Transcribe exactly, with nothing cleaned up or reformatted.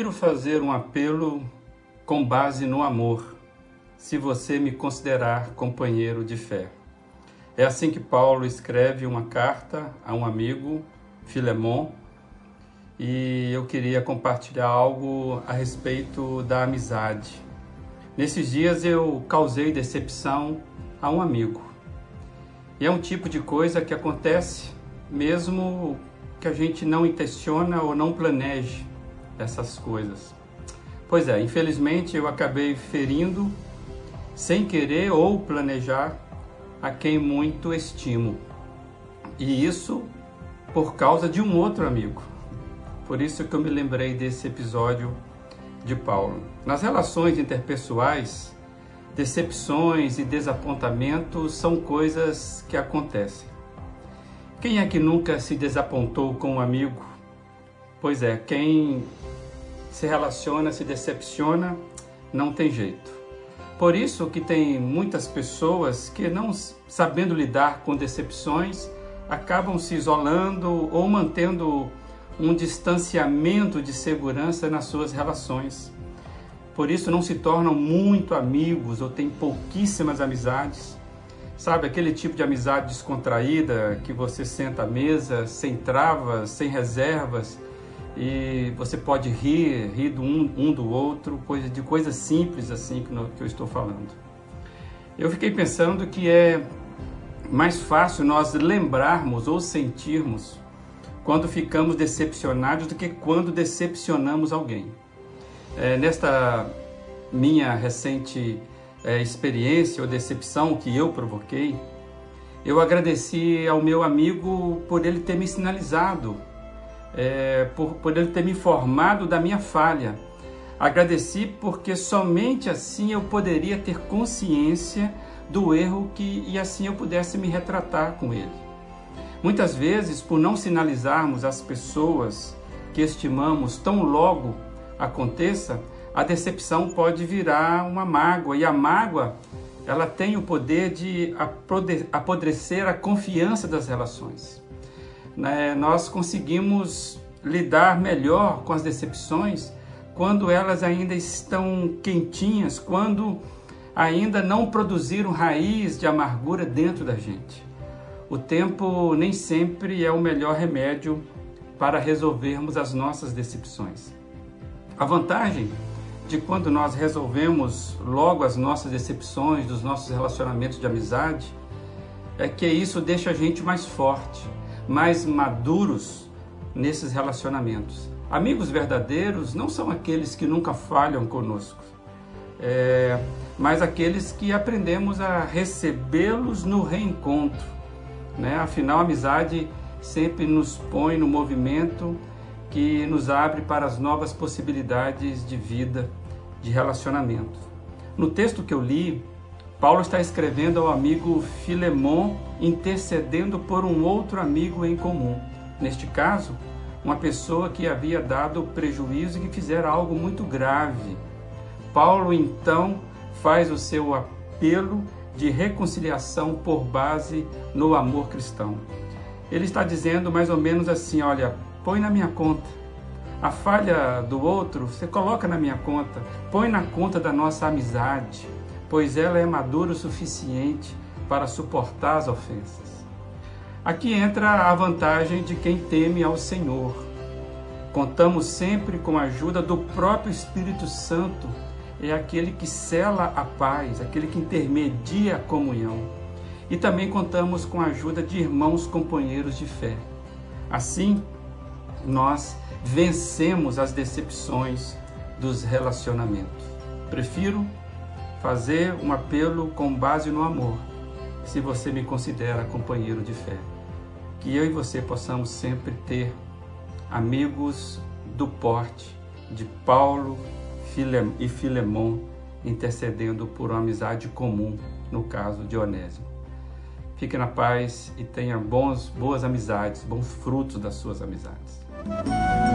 Prefiro fazer um apelo com base no amor, se você me considerar companheiro de fé. É assim que Paulo escreve uma carta a um amigo, Filemon, e eu queria compartilhar algo a respeito da amizade. Nesses dias eu causei decepção a um amigo. E é um tipo de coisa que acontece mesmo que a gente não intenciona ou não planeje essas coisas. Pois é, infelizmente eu acabei ferindo, sem querer ou planejar, a quem muito estimo. E isso por causa de um outro amigo. Por isso que eu me lembrei desse episódio de Paulo. Nas relações interpessoais, decepções e desapontamentos são coisas que acontecem. Quem é que nunca se desapontou com um amigo? Pois é, quem se relaciona, se decepciona, não tem jeito. Por isso que tem muitas pessoas que, não sabendo lidar com decepções, acabam se isolando ou mantendo um distanciamento de segurança nas suas relações. Por isso não se tornam muito amigos ou têm pouquíssimas amizades. Sabe, aquele tipo de amizade descontraída que você senta à mesa, sem travas, sem reservas, e você pode rir, rir do um, um do outro, coisa, de coisas simples assim que, no, que eu estou falando. Eu fiquei pensando que é mais fácil nós lembrarmos ou sentirmos quando ficamos decepcionados do que quando decepcionamos alguém. É, nesta minha recente é, experiência ou decepção que eu provoquei, eu agradeci ao meu amigo por ele ter me sinalizado, é, por, por ele ter me informado da minha falha. Agradeci porque somente assim eu poderia ter consciência do erro que, e assim eu pudesse me retratar com ele. Muitas vezes, por não sinalizarmos às pessoas que estimamos tão logo aconteça, a decepção pode virar uma mágoa, e a mágoa ela tem o poder de apodrecer a confiança das relações. Né? Nós conseguimos lidar melhor com as decepções quando elas ainda estão quentinhas, quando ainda não produziram raiz de amargura dentro da gente. O tempo nem sempre é o melhor remédio para resolvermos as nossas decepções. A vantagem de quando nós resolvemos logo as nossas decepções dos nossos relacionamentos de amizade é que isso deixa a gente mais forte, mais maduros nesses relacionamentos. Amigos verdadeiros não são aqueles que nunca falham conosco, é, mas aqueles que aprendemos a recebê-los no reencontro, né? Afinal, a amizade sempre nos põe no movimento que nos abre para as novas possibilidades de vida, de relacionamento. No texto que eu li, Paulo está escrevendo ao amigo Filemon, intercedendo por um outro amigo em comum. Neste caso, uma pessoa que havia dado prejuízo e que fizera algo muito grave. Paulo, então, faz o seu apelo de reconciliação por base no amor cristão. Ele está dizendo mais ou menos assim: olha, põe na minha conta. A falha do outro, você coloca na minha conta. Põe na conta da nossa amizade, pois ela é madura o suficiente para suportar as ofensas. Aqui entra a vantagem de quem teme ao Senhor. Contamos sempre com a ajuda do próprio Espírito Santo, é aquele que sela a paz, aquele que intermedia a comunhão. E também contamos com a ajuda de irmãos companheiros de fé. Assim, nós vencemos as decepções dos relacionamentos. Prefiro fazer um apelo com base no amor, se você me considera companheiro de fé. Que eu e você possamos sempre ter amigos do porte de Paulo e Filemon, intercedendo por uma amizade comum, no caso de Onésimo. Fique na paz e tenha bons, boas amizades, bons frutos das suas amizades.